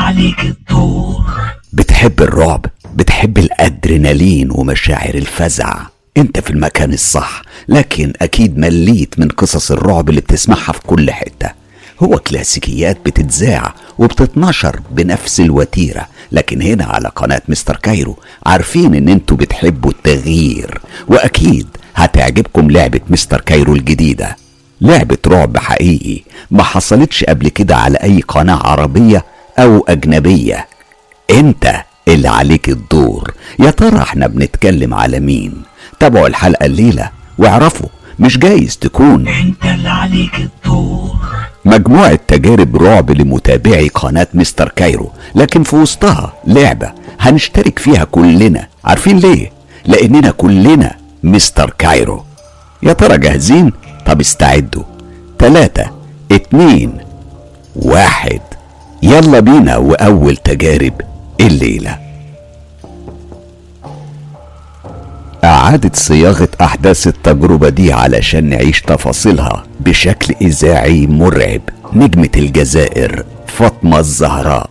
عليك الدور. بتحب الرعب، بتحب الادرينالين ومشاعر الفزع، انت في المكان الصح. لكن اكيد مليت من قصص الرعب اللي بتسمعها في كل حتة. هو كلاسيكيات بتتذاع وبتتنشر بنفس الوتيرة، لكن هنا على قناة مستر كايرو عارفين ان انتوا بتحبوا التغيير، واكيد هتعجبكم لعبة مستر كايرو الجديدة. لعبة رعب حقيقي ما حصلتش قبل كده على اي قناة عربية او اجنبية. انت اللي عليك الدور. يا ترى احنا بنتكلم على مين؟ تابعوا الحلقة الليلة واعرفوا مش جايز تكون انت اللي عليك الدور. مجموعة تجارب رعب لمتابعي قناة مستر كايرو، لكن في وسطها لعبة هنشترك فيها كلنا. عارفين ليه؟ لاننا كلنا مستر كايرو. يا ترى جاهزين؟ طب استعدوا. 3 2 1 يلا بينا. واول تجارب الليلة اعادت صياغة احداث التجربة دي علشان نعيش تفاصيلها بشكل اذاعي مرعب نجمة الجزائر فاطمة الزهراء.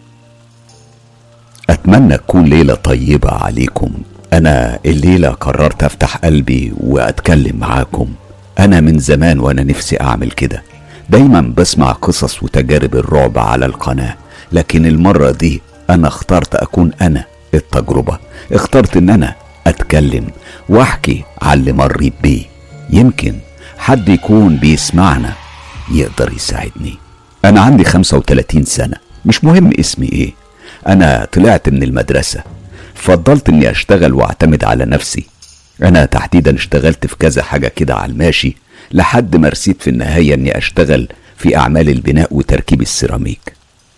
اتمنى تكون ليلة طيبة عليكم. انا الليلة قررت افتح قلبي واتكلم معاكم. انا من زمان وانا نفسي اعمل كده. دايما بسمع قصص وتجارب الرعب على القناة، لكن المرة دي انا اخترت اكون انا التجربة. اخترت ان انا اتكلم واحكي عن اللي مريت بيه. يمكن حد يكون بيسمعنا يقدر يساعدني. انا عندي 35 سنة، مش مهم اسمي ايه. انا طلعت من المدرسة، فضلت اني اشتغل واعتمد على نفسي. انا تحديدا اشتغلت في كذا حاجة كده على الماشي، لحد ما رسيت في النهاية اني اشتغل في اعمال البناء وتركيب السيراميك.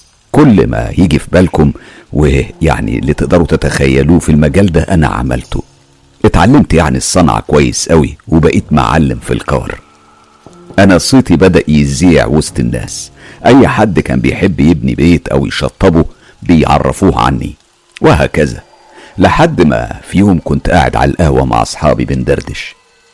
كل ما يجي في بالكم ويعني اللي تقدروا تتخيلوه في المجال ده انا عملته. اتعلمت يعني الصنعة كويس قوي وبقيت معلم في الكار. انا صيتي بدأ يذيع وسط الناس. اي حد كان بيحب يبني بيت او يشطبه بيعرفوه عني، وهكذا. لحد ما في يوم كنت قاعد على القهوة مع اصحابي بندردش،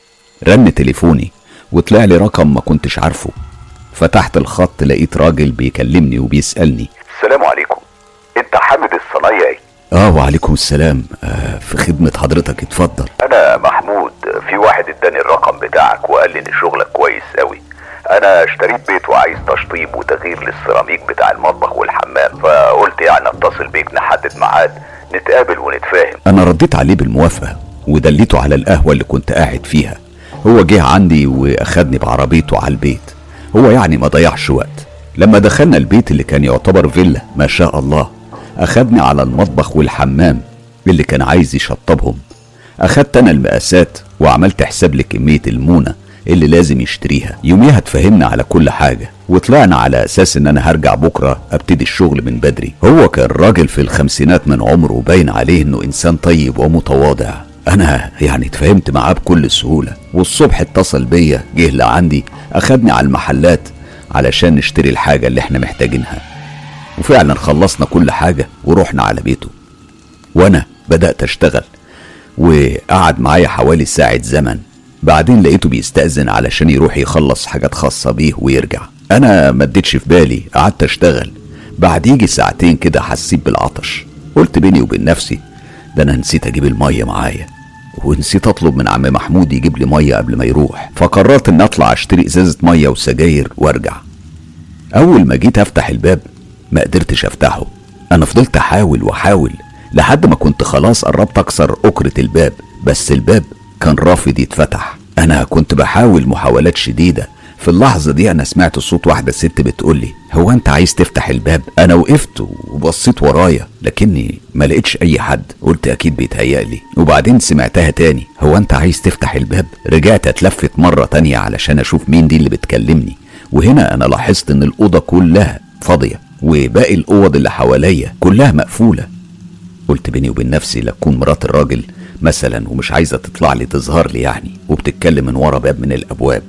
رن تليفوني وطلع لي رقم ما كنتش عارفه. فتحت الخط لقيت راجل بيكلمني وبيسألني: السلام عليكم، انت حامد الصنايعي؟ وعليكم السلام. في خدمة حضرتك، اتفضل. انا محمود. في واحد اداني الرقم بتاعك وقال لي ان شغلك كويس قوي. انا اشتريت بيت وعايز تشطيب وتغيير للسيراميك بتاع المطبخ والحمام، فقلت يعني اتصل بيك نحدد ميعاد نتقابل ونتفاهم. انا رديت عليه بالموافقة ودليته على القهوة اللي كنت قاعد فيها. هو جه عندي واخدني بعربيته على البيت. هو يعني ما ضيعش وقت. لما دخلنا البيت اللي كان يعتبر فيلا ما شاء الله، اخدني على المطبخ والحمام اللي كان عايز يشطبهم. اخدت انا المقاسات وعملت حساب لكمية المونة اللي لازم يشتريها. يوميها اتفهمنا على كل حاجة وطلعنا على اساس ان انا هرجع بكرة ابتدي الشغل من بدري. هو كان راجل في الخمسينات من عمره، باين عليه انه انسان طيب ومتواضع. انا يعني اتفهمت معاه بكل سهولة. والصبح اتصل بيا، جه لعندي، اخدني على المحلات علشان نشتري الحاجة اللي احنا محتاجينها. وفعلا خلصنا كل حاجة ورحنا على بيته، وانا بدأت اشتغل. وقعد معايا حوالي ساعة زمن. بعدين لقيته بيستأذن علشان يروح يخلص حاجات خاصة بيه ويرجع. انا ما اديتش في بالي، قعدت اشتغل. بعد يجي ساعتين كده حسيت بالعطش. قلت بيني وبين نفسي: ده انا نسيت اجيب المية معايا، ونسيت اطلب من عم محمود يجيب لي مية قبل ما يروح. فقررت ان اطلع اشتري ازازة مية وسجاير وارجع. اول ما جيت افتح الباب ما قدرتش افتحه. انا فضلت احاول واحاول لحد ما كنت خلاص قربت اكسر أكرة الباب، بس الباب كان رافض يتفتح. انا كنت بحاول محاولات شديدة. في اللحظة دي انا سمعت صوت واحدة ست بتقولي: هو انت عايز تفتح الباب؟ انا وقفت وبصيت ورايا لكني ما لقيتش اي حد. قلت اكيد بيتهيألي. وبعدين سمعتها تاني: هو انت عايز تفتح الباب؟ رجعت اتلفت مرة تانية علشان اشوف مين دي اللي بتكلمني. وهنا انا لاحظت ان الأوضة كلها فاضية وباقي الأوض اللي حواليا كلها مقفولة. قلت بيني وبين نفسي: لا تكون مرات الراجل مثلا ومش عايزة تطلع لي تظهر لي يعني، وبتتكلم من ورا باب من الابواب،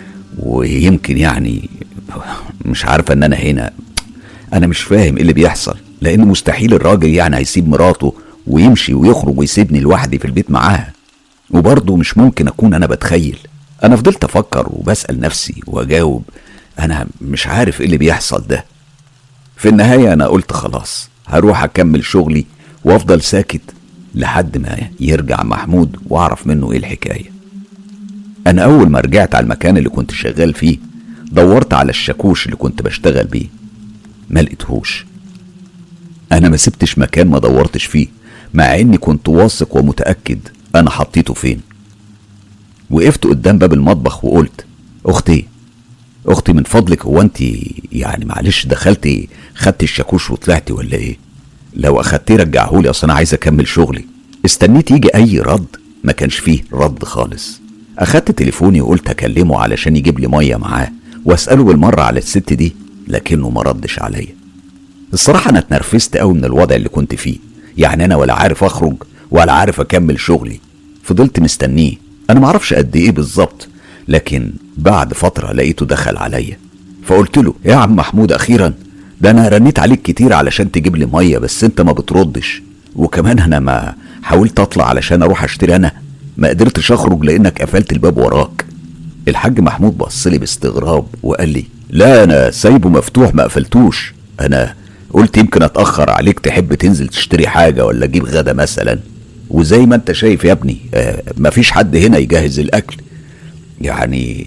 ويمكن يعني مش عارفة ان انا هنا. انا مش فاهم ايه اللي بيحصل، لان مستحيل الراجل يعني هيسيب مراته ويمشي ويخرج ويسيبني لوحدي في البيت معاها. وبرضه مش ممكن اكون انا بتخيل. انا فضلت افكر وبسأل نفسي واجاوب: انا مش عارف ايه اللي بيحصل ده. في النهاية انا قلت خلاص هروح اكمل شغلي وافضل ساكت لحد ما يرجع محمود واعرف منه ايه الحكاية. انا اول ما رجعت على المكان اللي كنت شغال فيه دورت على الشاكوش اللي كنت بشتغل بيه، ما لقيتهوش. انا ما سبتش مكان ما دورتش فيه مع اني كنت واثق ومتأكد انا حطيته فين. وقفت قدام باب المطبخ وقلت اختي من فضلك، هو انت يعني معلش دخلتي خدتي الشاكوش وطلعتي ولا ايه؟ لو اخدتيه رجعهولي، اصل انا عايز اكمل شغلي. استنيت يجي اي رد، ما كانش فيه رد خالص. اخدت تليفوني وقلت اكلمه علشان يجيب لي ميه معاه واساله بالمره على الست دي، لكنه ما ردش عليا. الصراحه انا اتنرفزت قوي من الوضع اللي كنت فيه، يعني انا ولا عارف اخرج ولا عارف اكمل شغلي. فضلت مستنيه، انا معرفش قد ايه بالظبط، لكن بعد فتره لقيته دخل عليا. فقلت له يا عم محمود، اخيرا ده انا رنيت عليك كتير علشان تجيب لي ميه بس انت ما بتردش، وكمان انا ما حاولت اطلع علشان اروح اشتري، انا ما قدرتش اخرج لانك قفلت الباب وراك. الحاج محمود بصلي باستغراب وقال لي لا انا سايبه مفتوح ما قفلتوش، انا قلت يمكن اتاخر عليك تحب تنزل تشتري حاجه ولا تجيب غدا مثلا، وزي ما انت شايف يا ابني مفيش حد هنا يجهز الاكل يعني.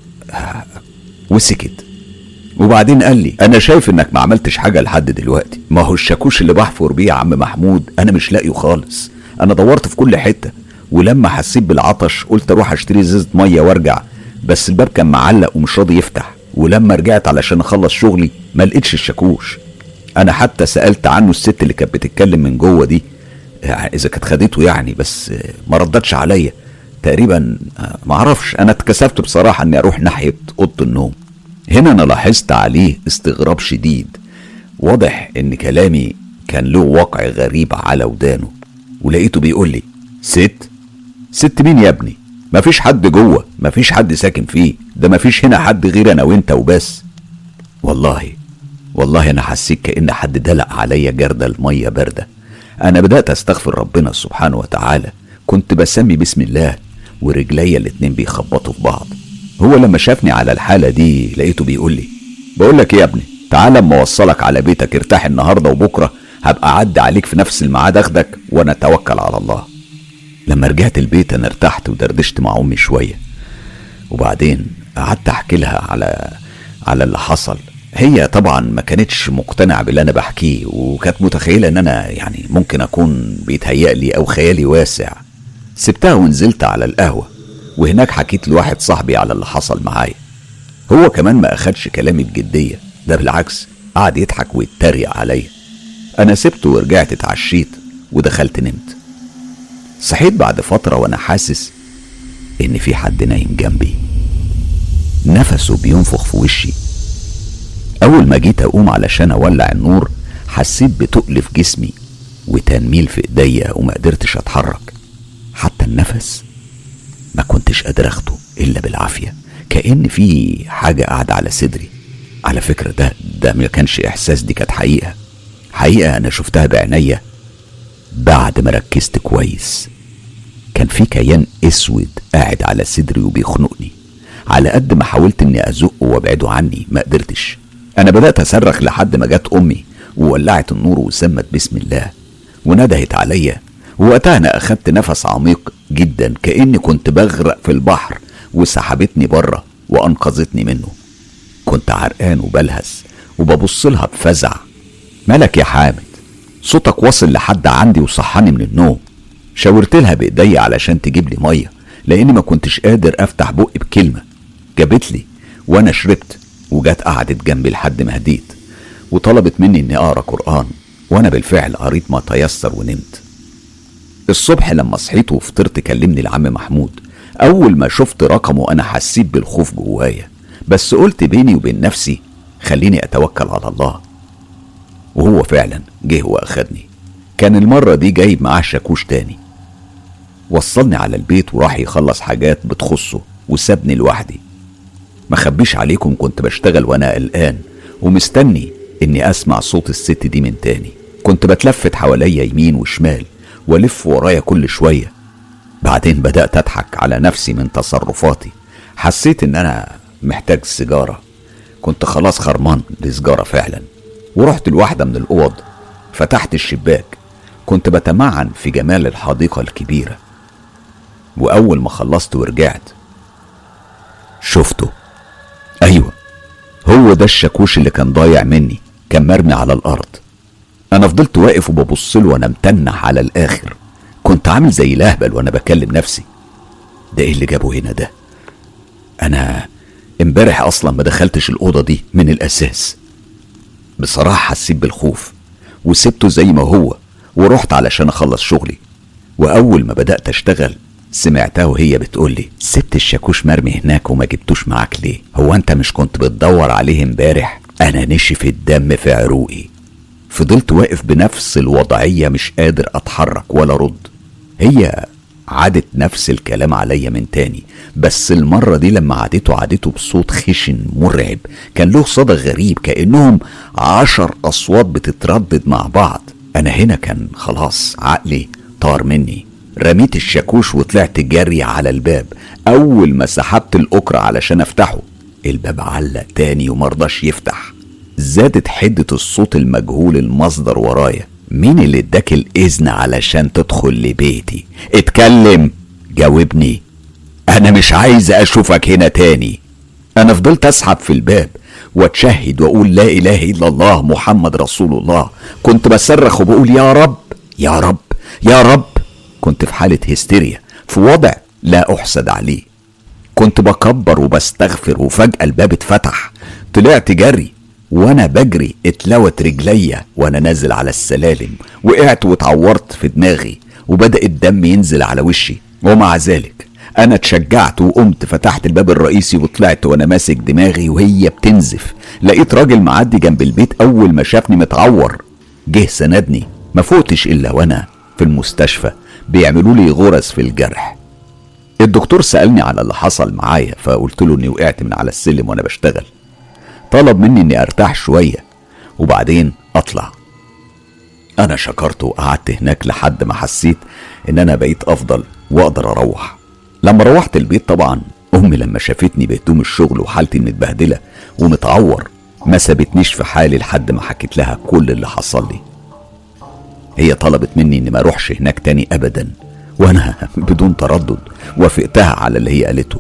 وسكت. وبعدين قال لي انا شايف انك ما عملتش حاجه لحد دلوقتي، ما هو الشاكوش اللي بحفر بيه يا عم محمود انا مش لاقيه خالص، انا دورت في كل حته، ولما حسيت بالعطش قلت اروح اشتري ازازه ميه وارجع، بس الباب كان معلق ومش راضي يفتح، ولما رجعت علشان اخلص شغلي ما لقيتش الشاكوش. انا حتى سالت عنه الست اللي كانت بتتكلم من جوه دي اذا كانت خدته يعني، بس ما ردتش عليا تقريبا، ما اعرفش. انا اتكسفت بصراحه اني اروح ناحيه اوضه النوم. هنا انا لاحظت عليه استغراب شديد، واضح ان كلامي كان له واقع غريب على ودانه، ولقيته بيقول لي ست مين يا ابني؟ مفيش حد جوه، مفيش حد ساكن فيه، ده مفيش هنا حد غير انا وانت وبس. والله انا حسيت كأن حد دلق عليا جردل ميه بارده. انا بدأت استغفر ربنا سبحانه وتعالى، كنت بسمي بسم الله ورجليا الاتنين بيخبطوا في بعض. هو لما شافني على الحالة دي لقيته بيقول لي بقول لك ايه يا ابني، تعال اما اوصلك على بيتك، ارتاح النهارده وبكره هبقى اعدي عليك في نفس الميعاد اخدك وانا اتوكل على الله. لما رجعت البيت انا ارتحت ودردشت مع امي شويه، وبعدين قعدت احكي لها على اللي حصل. هي طبعا ما كانتش مقتنعه باللي انا بحكيه، وكانت متخيله ان انا يعني ممكن اكون بيتهيألي او خيالي واسع. سبتها ونزلت على القهوه، وهناك حكيت لواحد صاحبي على اللي حصل معايا. هو كمان ما اخدش كلامي بجديه، ده بالعكس قعد يضحك ويتريق عليا. انا سبته ورجعت اتعشيت ودخلت نمت. صحيت بعد فتره وانا حاسس ان في حد نايم جنبي، نفسه بينفخ في وشي. اول ما جيت اقوم علشان اولع النور حسيت بتقل في جسمي وتنميل في ايديا وما قدرتش اتحرك، حتى النفس ما كنتش قادر اخده الا بالعافيه، كأن في حاجه قاعده على صدري. على فكره ده ما كانش احساس، دي كانت حقيقه انا شفتها بعينيا بعد ما ركزت كويس. كان في كيان اسود قاعد على صدري وبيخنقني. على قد ما حاولت اني ازقه وابعده عني ما قدرتش. انا بدأت اصرخ لحد ما جت امي وولعت النور وسمت بسم الله وندهت عليا، ووقتها انا اخدت نفس عميق جدا كأني كنت بغرق في البحر، وسحبتني بره وانقذتني منه. كنت عرقان وبلهس وببص لها بفزع. مالك يا حامد؟ صوتك وصل لحد عندي وصحاني من النوم. شاورت لها بايدي علشان تجيب لي ميه لاني ما كنتش قادر افتح بقي بكلمه. جابت لي وانا شربت، وجات قعدت جنبي لحد ما هديت، وطلبت مني اني اقرا قرآن، وانا بالفعل قريت ما تيسر ونمت. الصبح لما صحيت وفطرت كلمني العم محمود. اول ما شفت رقمه انا حسيت بالخوف جوايا، بس قلت بيني وبين نفسي خليني اتوكل على الله. وهو فعلا جه واخدني. كان المرة دي جايب معاه شاكوش تاني. وصلني على البيت وراح يخلص حاجات بتخصه وسابني لوحدي. ما خبيش عليكم كنت بشتغل وانا قلقان ومستني اني اسمع صوت الست دي من تاني. كنت بتلفت حواليا يمين وشمال والف ورايا كل شوية. بعدين بدأت اضحك على نفسي من تصرفاتي. حسيت ان انا محتاج سيجارة، كنت خلاص خرمان لسجارة فعلا. ورحت لواحدة من الأوض، فتحت الشباك، كنت بتمعن في جمال الحديقة الكبيرة. وأول ما خلصت ورجعت شفته. أيوة، هو ده الشاكوش اللي كان ضايع مني، كان مرمي على الأرض. أنا فضلت واقف وببصله وأنا متنح على الآخر، كنت عامل زي الأهبل وأنا بكلم نفسي، ده إيه اللي جابه هنا ده؟ أنا امبارح أصلا ما دخلتش الأوضة دي من الأساس. بصراحة حسيت بالخوف وسبته زي ما هو ورحت علشان أخلص شغلي. وأول ما بدأت أشتغل سمعتها وهي بتقولي: سبت الشاكوش مرمي هناك وما جبتوش معاك ليه؟ هو أنت مش كنت بتدور عليه امبارح؟ أنا نشف الدم في عروقي. فضلت واقف بنفس الوضعية مش قادر أتحرك ولا رد. هي عادت نفس الكلام عليا من تاني، بس المرة دي لما عادته بصوت خشن مرعب، كان له صدى غريب كأنهم 10 أصوات بتتردد مع بعض. أنا هنا كان خلاص عقلي طار مني، رميت الشاكوش وطلعت جري على الباب. أول ما سحبت الأكرة علشان أفتحه الباب علق تاني ومرضاش يفتح. زادت حدة الصوت المجهول المصدر ورايا: مين اللي اداك الإذن علشان تدخل لبيتي؟ اتكلم، جاوبني، أنا مش عايز أشوفك هنا تاني. أنا فضلت أسحب في الباب واتشهد وأقول لا إله إلا الله محمد رسول الله. كنت بصرخ وبقول يا رب يا رب يا رب. كنت في حالة هستيريا، في وضع لا أحسد عليه. كنت بكبر وبستغفر، وفجأة الباب اتفتح. طلعت جري، وانا بجري اتلوت رجليا وانا نازل على السلالم، وقعت واتعورت في دماغي وبدأ الدم ينزل على وشي. ومع ذلك انا اتشجعت وقمت فتحت الباب الرئيسي وطلعت وانا ماسك دماغي وهي بتنزف. لقيت راجل معدي جنب البيت، اول ما شافني متعور جه سندني. ما فوتش الا وانا في المستشفى بيعملوا لي غرز في الجرح. الدكتور سألني على اللي حصل معايا، فقلت له اني وقعت من على السلم وانا بشتغل. طلب مني اني ارتاح شوية وبعدين اطلع. انا شكرته وقعدت هناك لحد ما حسيت ان انا بقيت افضل واقدر اروح. لما روحت البيت طبعا امي لما شافتني بهدوم الشغل وحالتي متبهدلة ومتعور ما سابتنيش في حالي لحد ما حكيت لها كل اللي حصل لي. هي طلبت مني اني ما اروحش هناك تاني ابدا، وانا بدون تردد وافقتها على اللي هي قالته.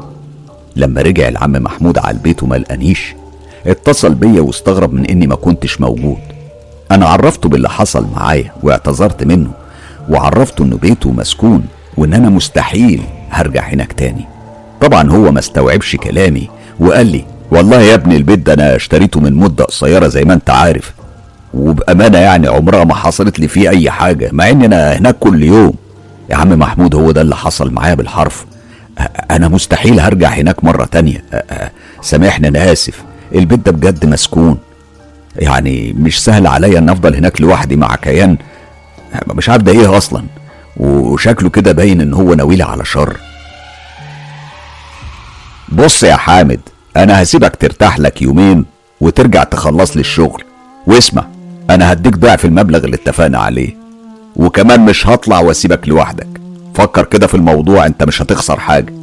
لما رجع العم محمود على البيت وما لقانيش اتصل بيا واستغرب من اني ما كنتش موجود. انا عرفته باللي حصل معايا واعتذرت منه، وعرفته انه بيته مسكون وان انا مستحيل هرجع هناك تاني. طبعا هو ما استوعبش كلامي وقال لي: والله يا ابني البيت ده انا اشتريته من مدة قصيرة زي ما انت عارف، وبأمانة يعني عمرها ما حصلت لي فيه اي حاجة، مع ان انا هناك كل يوم. يا عم محمود هو ده اللي حصل معايا بالحرف، انا مستحيل هرجع هناك مرة تانية. سامحني انا اسف، البيت ده بجد مسكون، يعني مش سهل عليا ان افضل هناك لوحدي مع كيان مش عارف ده ايه اصلا، وشكله كده باين ان هو ناويلي على شر. بص يا حامد، انا هسيبك ترتاح لك يومين وترجع تخلص لي الشغل، واسمع انا هديك ضعف المبلغ اللي اتفقنا عليه، وكمان مش هطلع واسيبك لوحدك. فكر كده في الموضوع، انت مش هتخسر حاجة.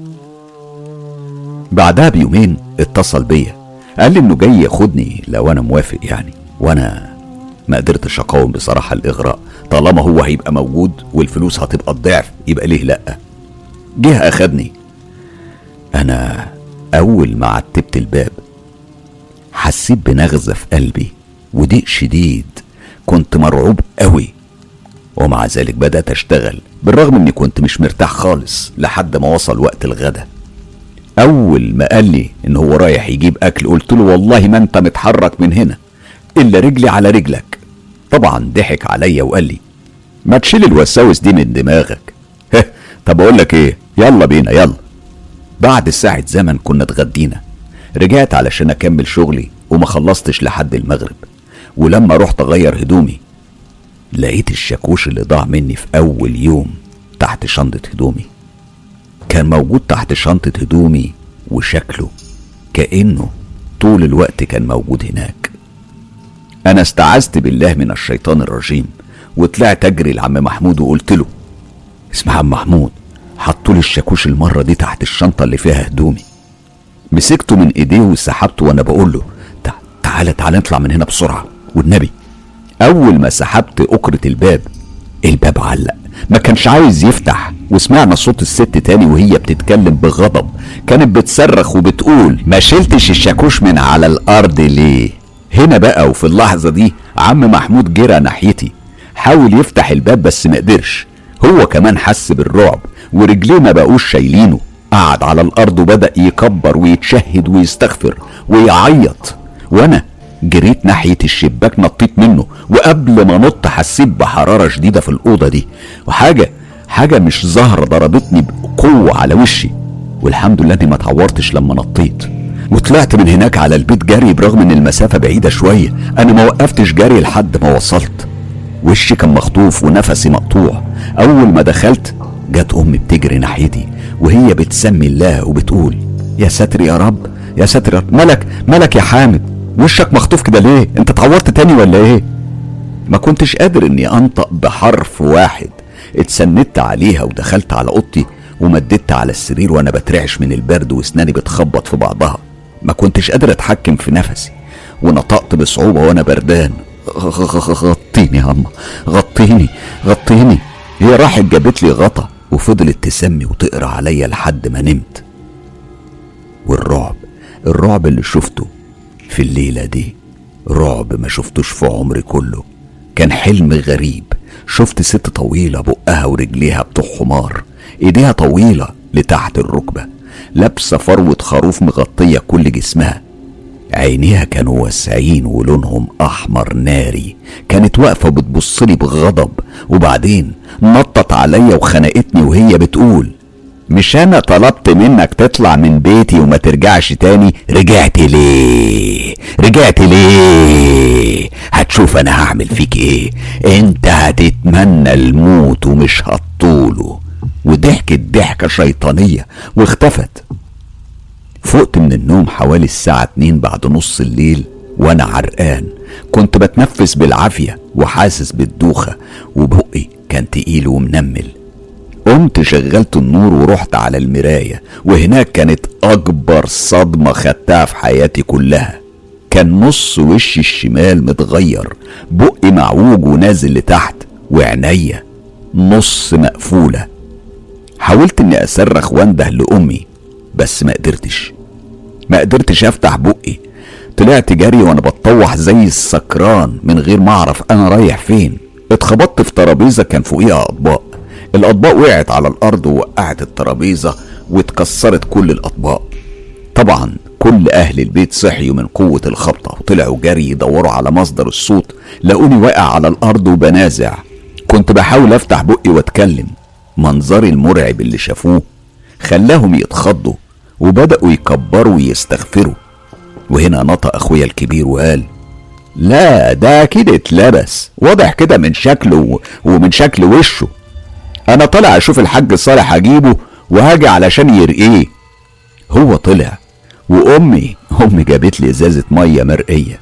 بعدها بيومين اتصل بيا قال لي انه جاي ياخدني لو انا موافق يعني، وانا ما قدرتش اقاوم بصراحة الاغراء. طالما هو هيبقى موجود والفلوس هتبقى الضعف يبقى ليه لا. جه اخدني. انا اول ما عتبت الباب حسيت بنغزة في قلبي وضيق شديد، كنت مرعوب قوي. ومع ذلك بدأت اشتغل بالرغم اني كنت مش مرتاح خالص لحد ما وصل وقت الغدا. اول ما قال لي ان هو رايح يجيب اكل قلت له: والله ما انت متحرك من هنا الا رجلي على رجلك. طبعا ضحك عليا وقال لي: ما تشيل الوساوس دي من دماغك. طب اقول لك ايه، يلا بينا يلا. بعد ساعة زمن كنا اتغدينا، رجعت علشان اكمل شغلي وما خلصتش لحد المغرب. ولما رحت اغير هدومي لقيت الشاكوش اللي ضاع مني في اول يوم تحت شنطة هدومي. كان موجود تحت شنطة هدومي وشكله كأنه طول الوقت كان موجود هناك. انا استعذت بالله من الشيطان الرجيم وطلعت اجري لعم محمود وقلت له: اسمع عم محمود، حطولي الشاكوش المرة دي تحت الشنطة اللي فيها هدومي. مسكته من ايديه وسحبته وانا بقول له: تعالى نطلع من هنا بسرعة، والنبي اول ما سحبت أكرة الباب علق، ما كانش عايز يفتح، وسمعنا صوت الست تاني وهي بتتكلم بغضب، كانت بتصرخ وبتقول ما شلتش الشاكوش من على الارض ليه؟ هنا بقى وفي اللحظة دي عم محمود جرى ناحيتي، حاول يفتح الباب بس مقدرش، هو كمان حس بالرعب ورجليه ما بقوش شايلينه، قعد على الارض وبدأ يكبر ويتشهد ويستغفر ويعيط، وانا جريت ناحية الشباك نطيت منه، وقبل ما نط حسيت بحرارة شديدة في الأوضة دي، وحاجة مش ظاهرة ضربتني بقوة على وشي، والحمد لله اني ما اتعورتش لما نطيت، وطلعت من هناك على البيت جري برغم ان المسافة بعيدة شوية، انا ما وقفتش جري لحد ما وصلت، وشي كان مخطوف ونفسي مقطوع. اول ما دخلت جت امي بتجري ناحيتي وهي بتسمي الله وبتقول يا ساتر يا رب يا ساتر يا رب، مالك يا حامد، وشك مخطوف كده ليه؟ انت اتعورت تاني ولا ايه؟ ما كنتش قادر اني انطق بحرف واحد، اتسندت عليها ودخلت على اوضتي ومددت على السرير وانا بترعش من البرد واسناني بتخبط في بعضها، ما كنتش قادر اتحكم في نفسي ونطقت بصعوبة وانا بردان غطيني يا عم، غطيني. هي راحت جابت لي غطا وفضلت تسمي وتقرا عليا لحد ما نمت. والرعب اللي شفته في الليلة دي رعب ما شفتوش في عمري كله، كان حلم غريب، شفت ست طويلة بقها ورجليها بتوع حمار، ايديها طويلة لتحت الركبة، لابسة فروة خروف مغطية كل جسمها، عينيها كانوا واسعين ولونهم احمر ناري، كانت واقفة بتبصلي بغضب، وبعدين نطت عليا وخنقتني وهي بتقول مش انا طلبت منك تطلع من بيتي وما ترجعش تاني؟ رجعت ليه؟ هتشوف انا هعمل فيك ايه، انت هتتمنى الموت ومش هتطوله. وضحكت ضحكة شيطانية واختفت. فقت من النوم حوالي الساعة 2 بعد نص الليل وانا عرقان، كنت بتنفس بالعافية وحاسس بالدوخة وبقي كان تقيل ومنمل. قمت شغلت النور ورحت على المراية، وهناك كانت اكبر صدمة خدتها في حياتي كلها. كان نص وشي الشمال متغير، بقي معوج ونازل لتحت، وعينيا نص مقفولة. حاولت اني اصرخ وانده لامي بس ما قدرتش افتح بقي. طلعت جري وانا بتطوح زي السكران من غير ما اعرف انا رايح فين. اتخبطت في ترابيزة كان فوقيها اطباق، الاطباق وقعت على الارض ووقعت الترابيزة واتكسرت كل الاطباق. طبعا كل اهل البيت صحيوا من قوة الخبطة وطلعوا جري يدوروا على مصدر الصوت، لقوني واقع على الارض وبنازع. كنت بحاول افتح بقي واتكلم. منظري المرعب اللي شافوه خلاهم يتخضوا وبدأوا يكبروا ويستغفروا. وهنا نطق اخويا الكبير وقال لا ده اكيد اتلبس، واضح كده من شكله ومن شكل وشه. انا طالع اشوف الحاج صالح اجيبه وهاجي علشان يرقيه. هو طلع وامي جابت لي ازازة مية مرقية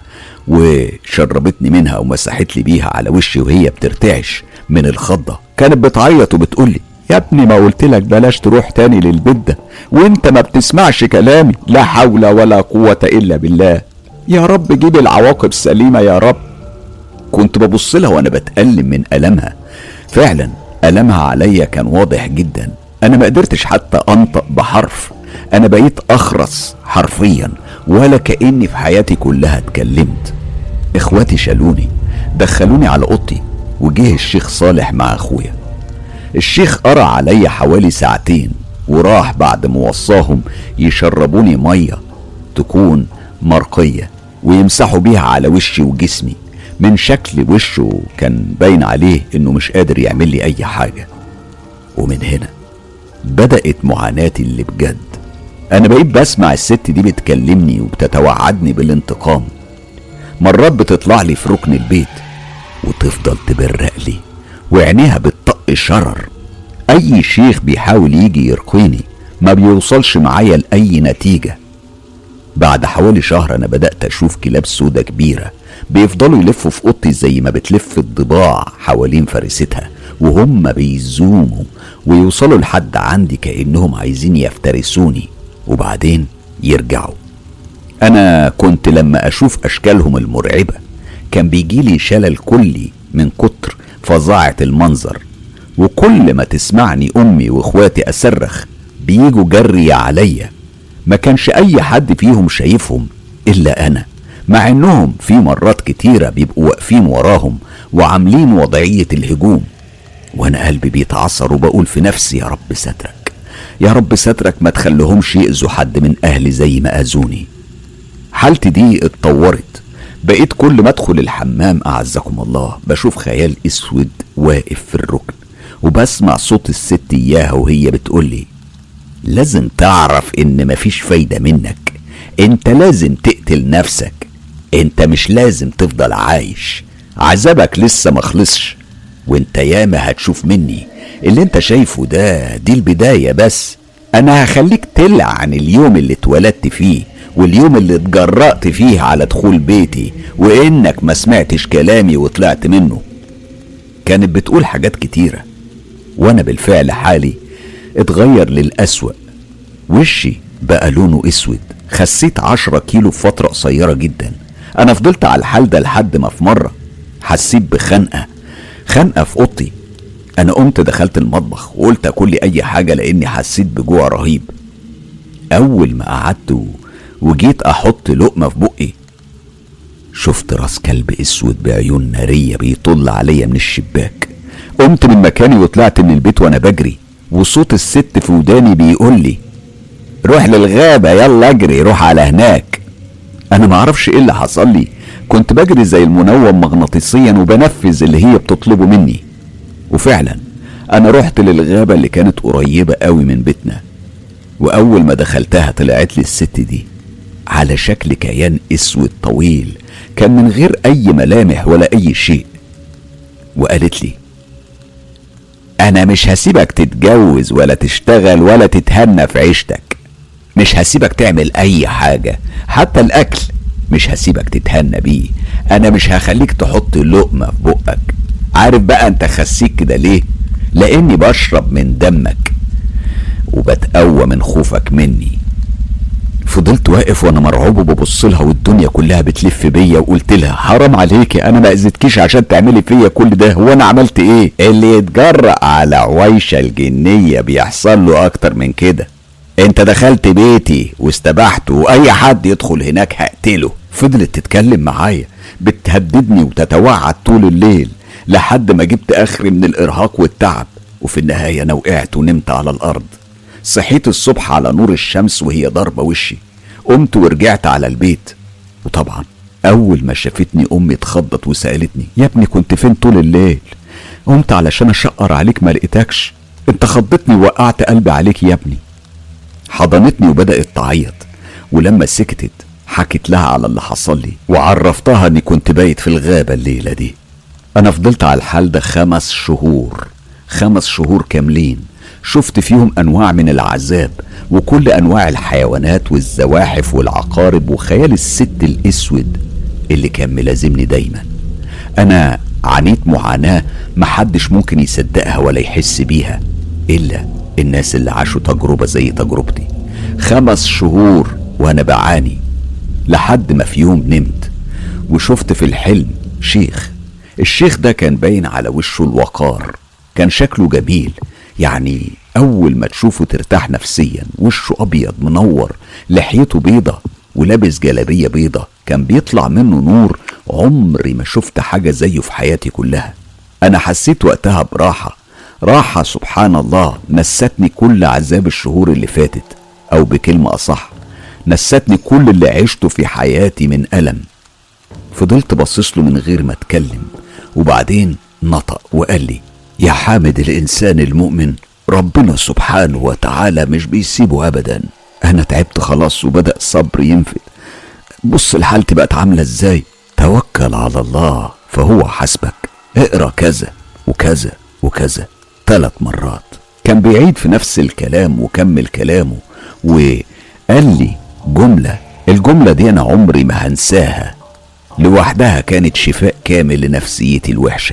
وشربتني منها ومسحت لي بيها على وشي وهي بترتعش من الخضة. كانت بتعيط وبتقولي يا ابني ما قلتلك بلاش تروح تاني للبيت ده وانت ما بتسمعش كلامي، لا حول ولا قوة الا بالله، يا رب جيب العواقب سليمة يا رب. كنت ببصلها وانا بتألم من ألمها، فعلا ألمها عليا كان واضح جدا. انا ما قدرتش حتى انطق بحرف، انا بقيت اخرس حرفيا ولا كأني في حياتي كلها اتكلمت. اخواتي شالوني دخلوني على اوضتي، وجه الشيخ صالح مع اخويا. الشيخ قرأ عليا حوالي ساعتين وراح بعد ما وصاهم يشربوني مية تكون مرقية ويمسحوا بيها على وشي وجسمي. من شكل وشه كان باين عليه انه مش قادر يعمل لي اي حاجة. ومن هنا بدأت معاناتي اللي بجد. انا بقيت بسمع الست دي بتكلمني وبتتوعدني بالانتقام. مرات بتطلع لي في ركن البيت وتفضل تبرق لي وعينيها بتطق شرر. اي شيخ بيحاول يجي يرقيني ما بيوصلش معايا لأي نتيجة. بعد حوالي شهر انا بدأت اشوف كلاب سودة كبيرة بيفضلوا يلفوا في اوضتي زي ما بتلف الضباع حوالين فريستها، وهم بيزوموا ويوصلوا لحد عندي كأنهم عايزين يفترسوني وبعدين يرجعوا. انا كنت لما اشوف اشكالهم المرعبة كان بيجيلي شلل كلي من كتر فظاعة المنظر، وكل ما تسمعني امي واخواتي اصرخ بيجوا جري عليا. ما كانش اي حد فيهم شايفهم الا انا، مع انهم في مرات كتيرة بيبقوا واقفين وراهم وعاملين وضعية الهجوم، وانا قلبي بيتعصر وبقول في نفسي يا رب سترك، يا رب سترك ما تخليهمش يأذوا حد من اهلي زي ما اذوني. حالتي دي اتطورت، بقيت كل ما ادخل الحمام اعزكم الله بشوف خيال اسود واقف في الركن، وبسمع صوت الست اياها وهي بتقولي لازم تعرف ان مفيش فايدة منك، انت لازم تقتل نفسك، انت مش لازم تفضل عايش، عذابك لسه مخلصش، وانت ياما هتشوف مني، اللي انت شايفه ده دي البداية بس، انا هخليك تلعن اليوم اللي اتولدت فيه واليوم اللي اتجرأت فيه على دخول بيتي وانك ما سمعتش كلامي وطلعت منه. كانت بتقول حاجات كتيرة، وانا بالفعل حالي اتغير للأسوأ، وشي بقى لونه اسود، خسيت 10 كيلو في فترة قصيرة جدا. انا فضلت على الحال ده لحد ما في مرة حسيت بخنقة في اوضتي. انا قمت دخلت المطبخ وقلت اكل لي اي حاجة لاني حسيت بجوع رهيب. اول ما قعدت وجيت احط لقمة في بقي شفت راس كلب اسود بعيون نارية بيطل عليا من الشباك. قمت من مكاني وطلعت من البيت وانا بجري، وصوت الست في وداني بيقول لي روح للغابة، يلا اجري، روح على هناك. انا معرفش ايه اللي حصل لي، كنت بجري زي المنوم مغناطيسيا وبنفذ اللي هي بتطلبه مني. وفعلا انا رحت للغابة اللي كانت قريبة قوي من بيتنا، واول ما دخلتها طلعت لي الست دي على شكل كيان اسود طويل كان من غير اي ملامح ولا اي شيء، وقالت لي انا مش هسيبك تتجوز ولا تشتغل ولا تتهنى في عيشتك، مش هسيبك تعمل اي حاجة، حتى الاكل مش هسيبك تتهنى بيه، انا مش هخليك تحط لقمة في بقك. عارف بقى انت خسيك كده ليه؟ لاني بشرب من دمك وبتقوى من خوفك مني. فضلت واقف وانا مرعوب وببص لها والدنيا كلها بتلف بيا، وقلت لها حرام عليكي، انا ما اذيتكيش عشان تعملي فيا كل ده، هو انا عملت ايه؟ اللي يتجرأ على عويشة الجنية بيحصل له اكتر من كده. انت دخلت بيتي واستبحته، واي حد يدخل هناك هقتله. فضلت تتكلم معايا بتهددني وتتوعد طول الليل لحد ما جبت اخري من الارهاق والتعب، وفي النهاية انا وقعت ونمت على الارض. صحيت الصبح على نور الشمس وهي ضاربة وشي، قمت ورجعت على البيت، وطبعا اول ما شافتني امي اتخضت وسألتني يا ابني كنت فين طول الليل؟ قمت علشان اشقر عليك ما لقيتكش، انت خضتني ووقعت قلبي عليك يا ابني. حضنتني وبدأت تعيط، ولما سكتت حكت لها على اللي حصل لي وعرفتها اني كنت بايت في الغابة الليلة دي. انا فضلت على الحال ده 5 شهور، 5 شهور كاملين، شفت فيهم انواع من العذاب وكل انواع الحيوانات والزواحف والعقارب وخيال الست الاسود اللي كان ملازمني دايما. انا عانيت معاناة محدش ممكن يصدقها ولا يحس بيها الا الناس اللي عاشوا تجربة زي تجربتي. 5 شهور وانا بعاني لحد ما في يوم نمت وشفت في الحلم شيخ. الشيخ ده كان باين على وشه الوقار، كان شكله جميل، يعني اول ما تشوفه ترتاح نفسيا. وشه ابيض منور، لحيته بيضة، ولابس جلابية بيضة، كان بيطلع منه نور عمري ما شفت حاجة زيه في حياتي كلها. انا حسيت وقتها راحة سبحان الله نستني كل عذاب الشهور اللي فاتت، او بكلمة اصح نستني كل اللي عشته في حياتي من ألم. فضلت بصص له من غير ما اتكلم، وبعدين نطق وقال لي يا حامد الانسان المؤمن ربنا سبحانه وتعالى مش بيسيبه ابدا، انا تعبت خلاص وبدأ الصبر ينفد، بص لحالتي بقت عاملة ازاي، توكل على الله فهو حسبك، اقرأ كذا وكذا وكذا 3 مرات. كان بيعيد في نفس الكلام وكمل كلامه وقال لي الجملة دي انا عمري ما هنساها، لوحدها كانت شفاء كامل لنفسيتي الوحشة.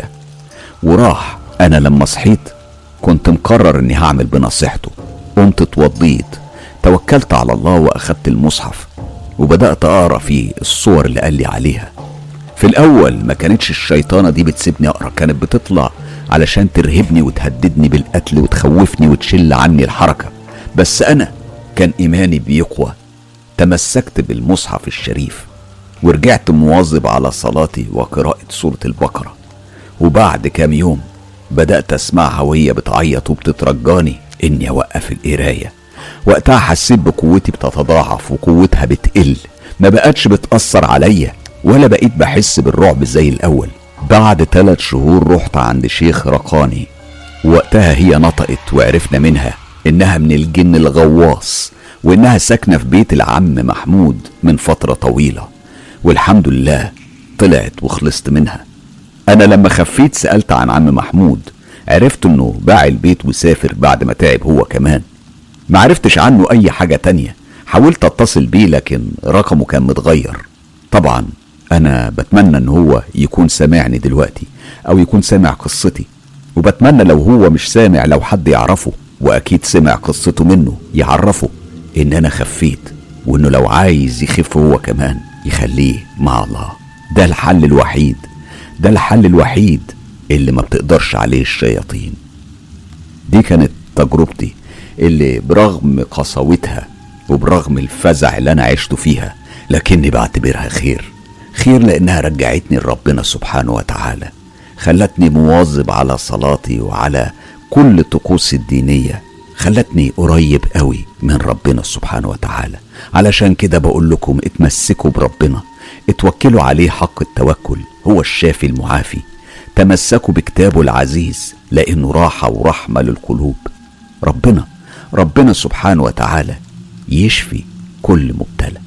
وراح. انا لما صحيت كنت مقرر اني هعمل بنصيحته، قمت اتوضيت، توكلت على الله واخدت المصحف وبدأت اقرأ فيه الصور اللي قال لي عليها. في الأول ما كانتش الشيطانة دي بتسيبني أقرأ، كانت بتطلع علشان ترهبني وتهددني بالقتل وتخوفني وتشل عني الحركة. بس أنا كان إيماني بيقوى، تمسكت بالمصحف الشريف ورجعت مواظب على صلاتي وقراءة سورة البقرة. وبعد كام يوم بدأت أسمعها وهي بتعيط وبتترجاني إني أوقف القراية. وقتها حسيت بقوتي بتتضاعف وقوتها بتقل، ما بقتش بتأثر عليا ولا بقيت بحس بالرعب زي الأول. بعد 3 شهور رحت عند شيخ رقاني، وقتها هي نطقت وعرفنا منها إنها من الجن الغواص، وإنها ساكنة في بيت العم محمود من فترة طويلة، والحمد لله طلعت وخلصت منها. أنا لما خفيت سألت عن عم محمود، عرفت إنه باع البيت وسافر بعد ما تعب هو كمان. ما عرفتش عنه أي حاجة تانية، حاولت أتصل بيه لكن رقمه كان متغير. طبعا أنا بتمنى إن هو يكون سامعني دلوقتي أو يكون سامع قصتي، وبتمنى لو هو مش سامع لو حد يعرفه وأكيد سمع قصته منه يعرفه إن أنا خفيت، وإنه لو عايز يخف هو كمان يخليه مع الله. ده الحل الوحيد، ده الحل الوحيد اللي ما بتقدرش عليه الشياطين. دي كانت تجربتي اللي برغم قساوتها وبرغم الفزع اللي أنا عشته فيها لكني بعتبرها خير لأنها رجعتني لربنا سبحانه وتعالى، خلتني مواظب على صلاتي وعلى كل طقوس الدينية، خلتني قريب قوي من ربنا سبحانه وتعالى. علشان كده بقول لكم اتمسكوا بربنا، اتوكلوا عليه حق التوكل، هو الشافي المعافي. تمسكوا بكتابه العزيز لأنه راحة ورحمة للقلوب. ربنا سبحانه وتعالى يشفي كل مبتلى.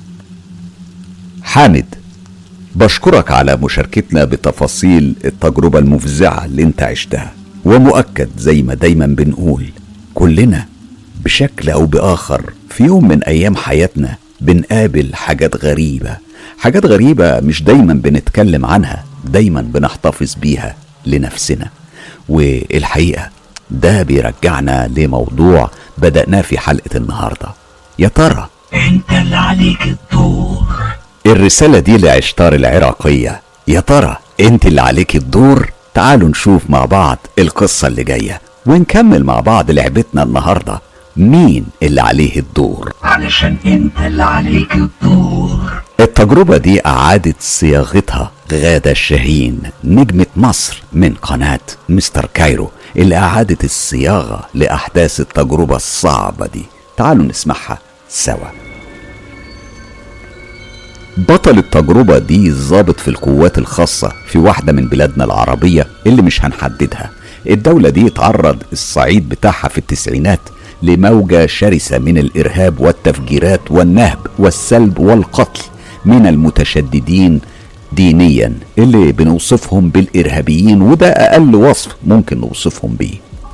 حامد، بشكرك على مشاركتنا بتفاصيل التجربة المفزعة اللي انت عشتها، ومؤكد زي ما دايما بنقول كلنا بشكل او باخر في يوم من ايام حياتنا بنقابل حاجات غريبة مش دايما بنتكلم عنها، دايما بنحتفظ بيها لنفسنا. والحقيقة ده بيرجعنا لموضوع بدأناه في حلقة النهاردة. يا ترى انت اللي عليك الدور. الرسالة دي لعشتار العراقية، يا ترى انت اللي عليك الدور؟ تعالوا نشوف مع بعض القصة اللي جاية ونكمل مع بعض لعبتنا النهاردة، مين اللي عليه الدور؟ علشان انت اللي عليك الدور. التجربة دي أعادت صياغتها غادة الشاهين نجمة مصر من قناة مستر كايرو، اللي أعادت الصياغة لأحداث التجربة الصعبة دي. تعالوا نسمعها سوا. بطل التجربة دي ضابط في القوات الخاصة في واحدة من بلادنا العربية اللي مش هنحددها. الدولة دي اتعرض الصعيد بتاعها في التسعينات لموجة شرسة من الإرهاب والتفجيرات والنهب والسلب والقتل من المتشددين دينيا اللي بنوصفهم بالإرهابيين، وده أقل وصف ممكن نوصفهم بيه.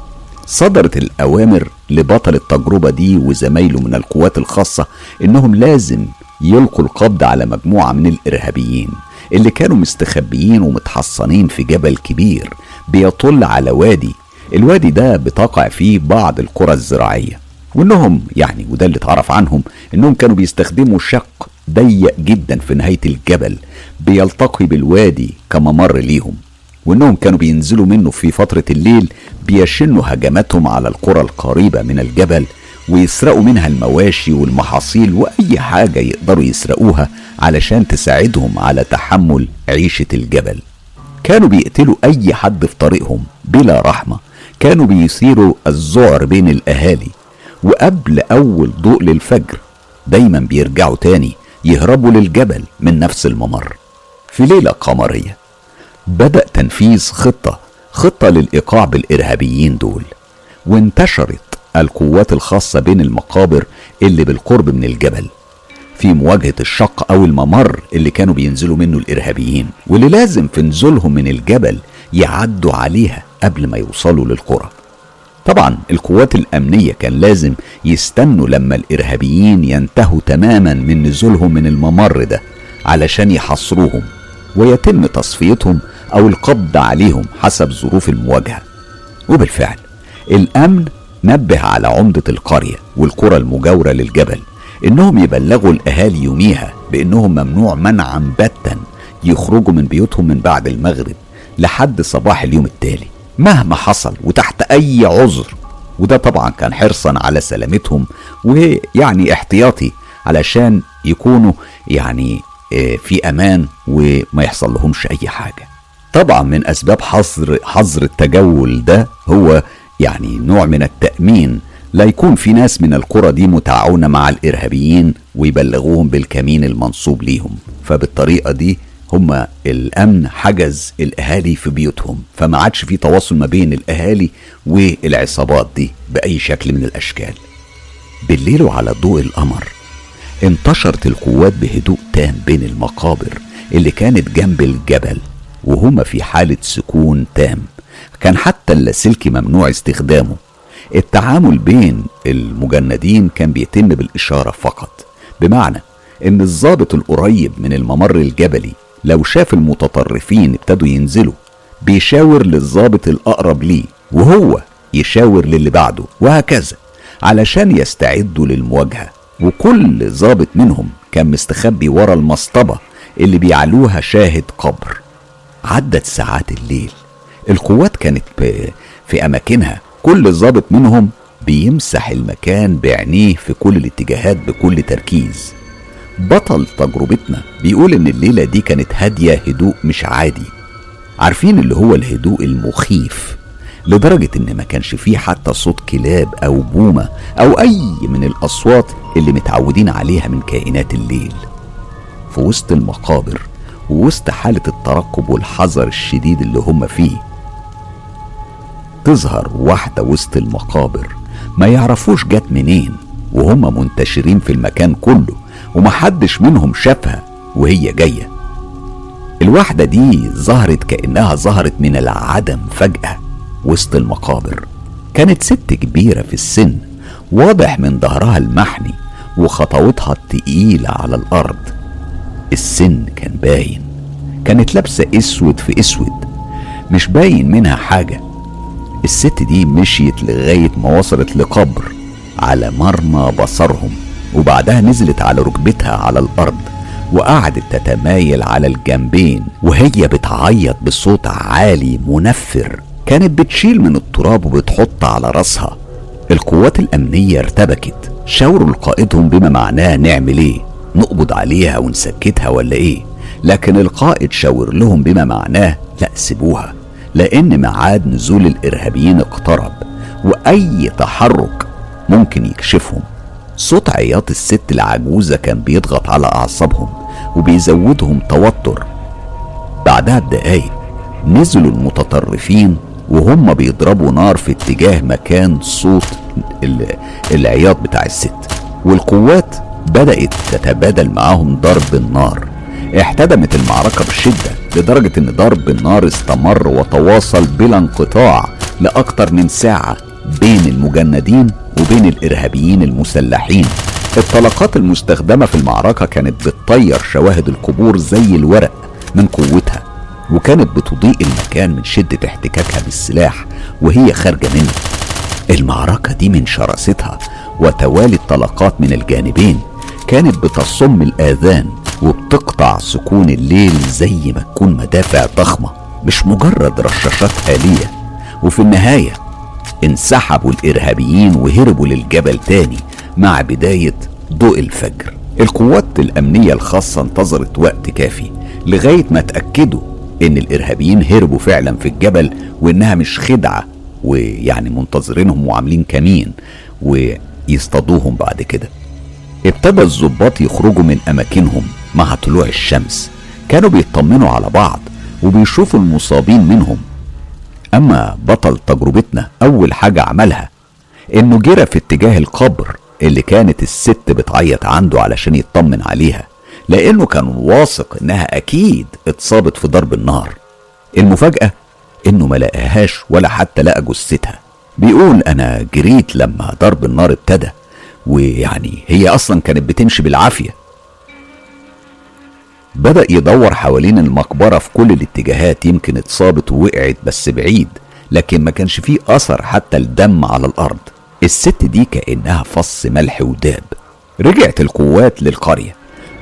صدرت الأوامر لبطل التجربة دي وزمايله من القوات الخاصة إنهم لازم يلقوا القبض على مجموعة من الإرهابيين اللي كانوا مستخبيين ومتحصنين في جبل كبير بيطل على الوادي ده بتقع فيه بعض القرى الزراعية، وإنهم وده اللي اتعرف عنهم إنهم كانوا بيستخدموا شق ضيق جدا في نهاية الجبل بيلتقي بالوادي كممر ليهم، وإنهم كانوا بينزلوا منه في فترة الليل بيشنوا هجماتهم على القرى القريبة من الجبل ويسرقوا منها المواشي والمحاصيل وأي حاجة يقدروا يسرقوها علشان تساعدهم على تحمل عيشة الجبل. كانوا بيقتلوا أي حد في طريقهم بلا رحمة، كانوا بيثيروا الذعر بين الأهالي، وقبل أول ضوء للفجر دايما بيرجعوا تاني يهربوا للجبل من نفس الممر. في ليلة قمرية بدأ تنفيذ خطة للإيقاع بالإرهابيين دول، وانتشرت القوات الخاصة بين المقابر اللي بالقرب من الجبل في مواجهة الشق أو الممر اللي كانوا بينزلوا منه الإرهابيين، واللي لازم في نزولهم من الجبل يعدوا عليها قبل ما يوصلوا للقرى. طبعا القوات الأمنية كان لازم يستنوا لما الإرهابيين ينتهوا تماما من نزولهم من الممر ده علشان يحصروهم ويتم تصفيتهم أو القبض عليهم حسب ظروف المواجهة. وبالفعل الأمن نبه على عمدة القرية والقرى المجاورة للجبل إنهم يبلغوا الأهالي يوميها بإنهم ممنوع منعا باتا يخرجوا من بيوتهم من بعد المغرب لحد صباح اليوم التالي مهما حصل وتحت أي عذر. وده طبعا كان حرصا على سلامتهم، ويعني احتياطي علشان يكونوا يعني في أمان وما يحصل لهمش أي حاجة. طبعا من أسباب حظر التجول ده هو يعني نوع من التأمين، لا يكون في ناس من القرى دي متعاونة مع الإرهابيين ويبلغوهم بالكمين المنصوب ليهم. فبالطريقة دي هما الأمن حجز الأهالي في بيوتهم، فما عادش في تواصل ما بين الأهالي والعصابات دي بأي شكل من الأشكال. بالليل وعلى ضوء القمر انتشرت القوات بهدوء تام بين المقابر اللي كانت جنب الجبل، وهما في حالة سكون تام. كان حتى اللاسلكي ممنوع استخدامه. التعامل بين المجندين كان بيتم بالإشارة فقط، بمعنى ان الضابط القريب من الممر الجبلي لو شاف المتطرفين ابتدوا ينزلوا بيشاور للضابط الأقرب ليه، وهو يشاور للي بعده، وهكذا علشان يستعدوا للمواجهة. وكل ضابط منهم كان مستخبي ورا المصطبة اللي بيعلوها شاهد قبر. عدت ساعات الليل، القوات كانت في أماكنها، كل ضابط منهم بيمسح المكان بعينيه في كل الاتجاهات بكل تركيز. بطل تجربتنا بيقول ان الليلة دي كانت هادية هدوء مش عادي، عارفين اللي هو الهدوء المخيف، لدرجة ان ما كانش فيه حتى صوت كلاب او بومة او اي من الاصوات اللي متعودين عليها من كائنات الليل. في وسط المقابر ووسط حالة الترقب والحذر الشديد اللي هم فيه، تظهر واحدة وسط المقابر ما يعرفوش جت منين، وهم منتشرين في المكان كله ومحدش منهم شافها وهي جاية. الواحدة دي ظهرت كأنها ظهرت من العدم فجأة وسط المقابر. كانت ست كبيرة في السن، واضح من ظهرها المحني وخطوتها التقيلة على الأرض. السن كان باين، كانت لابسة اسود في اسود مش باين منها حاجة. الست دي مشيت لغاية ما وصلت لقبر على مرمى بصرهم، وبعدها نزلت على ركبتها على الأرض وقعدت تتمايل على الجنبين وهي بتعيط بصوت عالي منفر. كانت بتشيل من التراب وبتحط على راسها. القوات الأمنية ارتبكت، شاوروا لقائدهم بما معناه نعمل ايه، نقبض عليها ونسكتها ولا ايه؟ لكن القائد شاور لهم بما معناه لا سيبوها، لأن ميعاد نزول الإرهابيين اقترب وأي تحرك ممكن يكشفهم. صوت عياط الست العجوزة كان بيضغط على أعصابهم وبيزودهم توتر. بعدها بدقايق نزلوا المتطرفين وهم بيضربوا نار في اتجاه مكان صوت العياط بتاع الست، والقوات بدأت تتبادل معاهم ضرب النار. احتدمت المعركة بشدة لدرجة ان ضرب النار استمر وتواصل بلا انقطاع لأكتر من ساعة بين المجندين وبين الإرهابيين المسلحين. الطلقات المستخدمة في المعركة كانت بتطير شواهد القبور زي الورق من قوتها، وكانت بتضيء المكان من شدة احتكاكها بالسلاح وهي خارجة منه. المعركة دي من شراستها وتوالي الطلقات من الجانبين كانت بتصم الآذان وبتقطع سكون الليل زي ما تكون مدافع ضخمة مش مجرد رشاشات آلية. وفي النهاية انسحبوا الإرهابيين وهربوا للجبل تاني مع بداية ضوء الفجر. القوات الأمنية الخاصة انتظرت وقت كافي لغاية ما تأكدوا ان الإرهابيين هربوا فعلا في الجبل وانها مش خدعة، ويعني منتظرينهم وعاملين كمين ويصطادوهم. بعد كده ابتدى الضباط يخرجوا من أماكنهم مع طلوع الشمس، كانوا بيطمنوا على بعض وبيشوفوا المصابين منهم. أما بطل تجربتنا أول حاجة عملها إنه جرى في اتجاه القبر اللي كانت الست بتعيط عنده علشان يطمن عليها، لأنه كان واثق إنها أكيد اتصابت في ضرب النار. المفاجأة إنه ما لقاهاش ولا حتى لقى جثتها. بيقول أنا جريت لما ضرب النار ابتدى، ويعني هي أصلا كانت بتمشي بالعافية. بدأ يدور حوالين المقبرة في كل الاتجاهات، يمكن اتصابت ووقعت بس بعيد، لكن ما كانش فيه أثر حتى الدم على الأرض. الست دي كأنها فص ملح وداب. رجعت القوات للقرية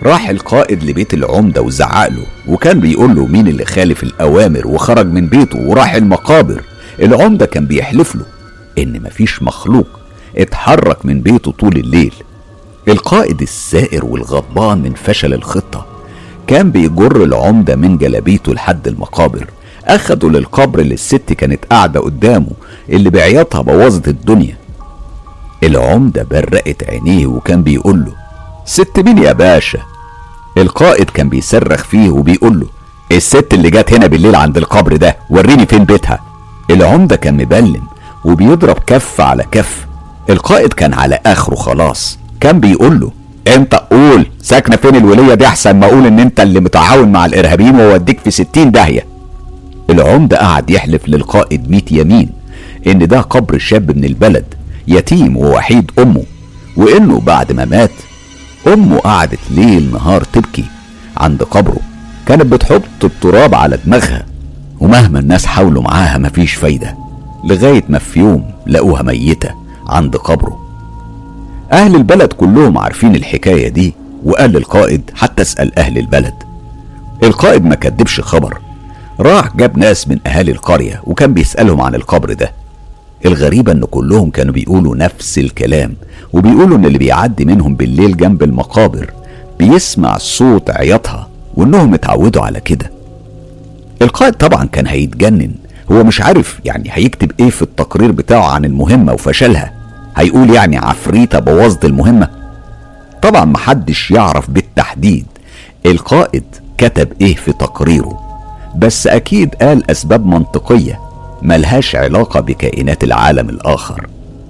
راح القائد لبيت العمدة وزعق له، وكان بيقول له مين اللي خالف الأوامر وخرج من بيته وراح المقابر. العمدة كان بيحلف له إن مفيش مخلوق اتحرك من بيته طول الليل. القائد الثائر والغضبان من فشل الخطة كان بيجر العمدة من جلابيته لحد المقابر. أخدوا للقبر اللي الست كانت قاعدة قدامه اللي بعياطها بوظت الدنيا. العمدة برقت عينيه وكان بيقول له ست مين يا باشا؟ القائد كان بيصرخ فيه وبيقول له الست اللي جات هنا بالليل عند القبر ده، وريني فين بيتها. العمدة كان مبلم وبيضرب كف على كف. القائد كان على آخره خلاص، كان بيقول له انت قول ساكنة فين الولية دي احسن ما اقول ان انت اللي متعاون مع الارهابيين ووديك في 60 داهية. العمدة قعد يحلف للقائد 100 يمين ان ده قبر شاب من البلد يتيم ووحيد امه، وانه بعد ما مات امه قعدت ليل نهار تبكي عند قبره، كانت بتحط التراب على دماغها، ومهما الناس حاولوا معاها مفيش فايدة، لغاية ما في يوم لقوها ميتة عند قبره. اهل البلد كلهم عارفين الحكاية دي، وقال للقائد حتى اسأل اهل البلد. القائد ما كدبش خبر، راح جاب ناس من اهالي القرية وكان بيسألهم عن القبر ده. الغريبة ان كلهم كانوا بيقولوا نفس الكلام، وبيقولوا ان اللي بيعدي منهم بالليل جنب المقابر بيسمع صوت عياطها، وانهم اتعودوا على كده. القائد طبعا كان هيتجنن، هو مش عارف يعني هيكتب ايه في التقرير بتاعه عن المهمة وفشلها. هيقول يعني عفريتة بوظت المهمة؟ طبعا محدش يعرف بالتحديد القائد كتب ايه في تقريره، بس اكيد قال اسباب منطقية ملهاش علاقة بكائنات العالم الاخر.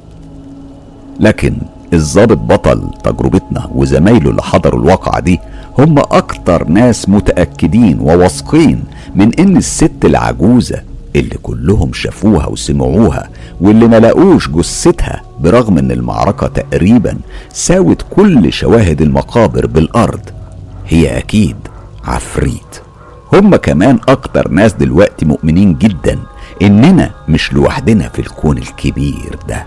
لكن الضابط بطل تجربتنا وزمايله اللي حضروا الواقعة دي هم اكتر ناس متأكدين وواثقين من ان الست العجوزة اللي كلهم شافوها وسمعوها واللي ما لقوش جثتها برغم ان المعركة تقريبا ساوت كل شواهد المقابر بالارض هي اكيد عفريت. هم كمان اكتر ناس دلوقتي مؤمنين جدا اننا مش لوحدنا في الكون الكبير ده.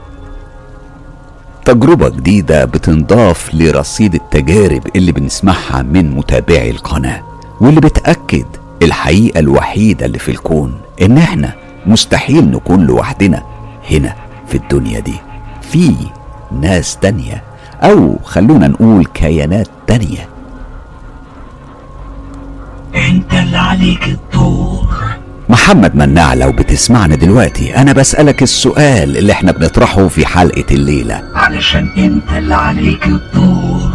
تجربة جديدة بتنضاف لرصيد التجارب اللي بنسمعها من متابعي القناة، واللي بتأكد الحقيقة الوحيدة اللي في الكون ان احنا مستحيل نكون لوحدنا هنا في الدنيا دي. في ناس تانية او خلونا نقول كيانات تانية. انت اللي عليك الدور. محمد مناع لو بتسمعنا دلوقتي انا بسألك السؤال اللي احنا بنطرحه في حلقة الليلة، علشان انت اللي عليك الدور.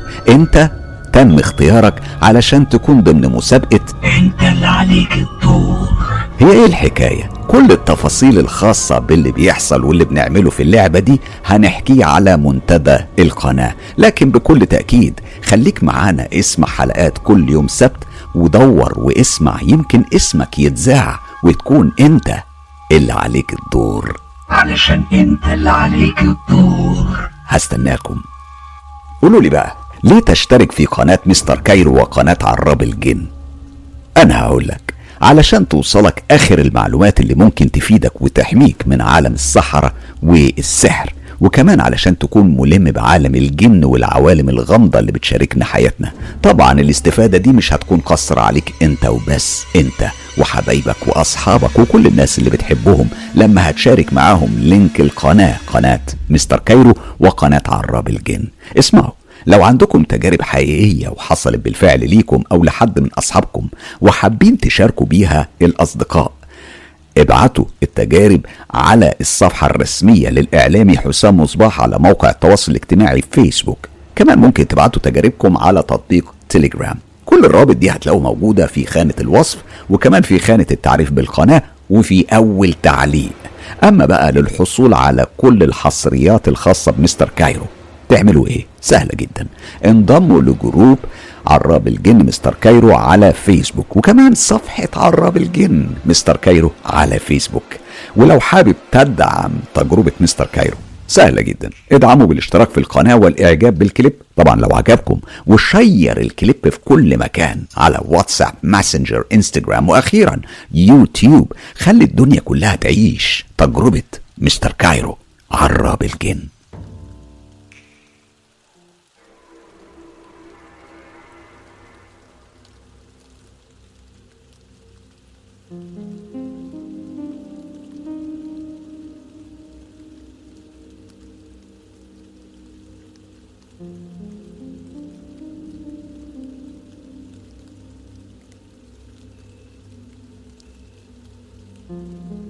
انت تم اختيارك علشان تكون ضمن مسابقة انت اللي عليك الدور. هي ايه الحكاية؟ كل التفاصيل الخاصة باللي بيحصل واللي بنعمله في اللعبة دي هنحكيه على منتدى القناة، لكن بكل تأكيد خليك معانا، اسمع حلقات كل يوم سبت ودور واسمع، يمكن اسمك يتذاع وتكون انت اللي عليك الدور. علشان انت اللي عليك الدور. هستناكم. قولوا لي بقى ليه تشترك في قناة مستر كايرو وقناة عراب الجن؟ انا هقولك علشان توصلك اخر المعلومات اللي ممكن تفيدك وتحميك من عالم السحرة والسحر، وكمان علشان تكون ملم بعالم الجن والعوالم الغامضة اللي بتشاركنا حياتنا. طبعا الاستفادة دي مش هتكون قصر عليك انت وبس، انت وحبايبك واصحابك وكل الناس اللي بتحبهم لما هتشارك معاهم لينك القناة، قناة مستر كايرو وقناة عراب الجن. اسمعوا، لو عندكم تجارب حقيقية وحصلت بالفعل ليكم او لحد من اصحابكم وحابين تشاركوا بيها الاصدقاء، ابعتوا التجارب على الصفحة الرسمية للإعلامي حسام مصباح على موقع التواصل الاجتماعي فيسبوك. كمان ممكن تبعتوا تجاربكم على تطبيق تيليجرام. كل الرابط دي هتلاقوه موجودة في خانة الوصف، وكمان في خانة التعريف بالقناة، وفي أول تعليق. أما بقى للحصول على كل الحصريات الخاصة بمستر كايرو تعملوا ايه؟ سهلة جدا، انضموا لجروب عراب الجن مستر كايرو على فيسبوك، وكمان صفحة عراب الجن مستر كايرو على فيسبوك. ولو حابب تدعم تجربة مستر كايرو سهلة جدا، ادعموا بالاشتراك في القناة والاعجاب بالكليب طبعا لو عجبكم، وشير الكليب في كل مكان على واتساب، ماسنجر، انستجرام، واخيرا يوتيوب. خلي الدنيا كلها تعيش تجربة مستر كايرو عراب الجن. thank you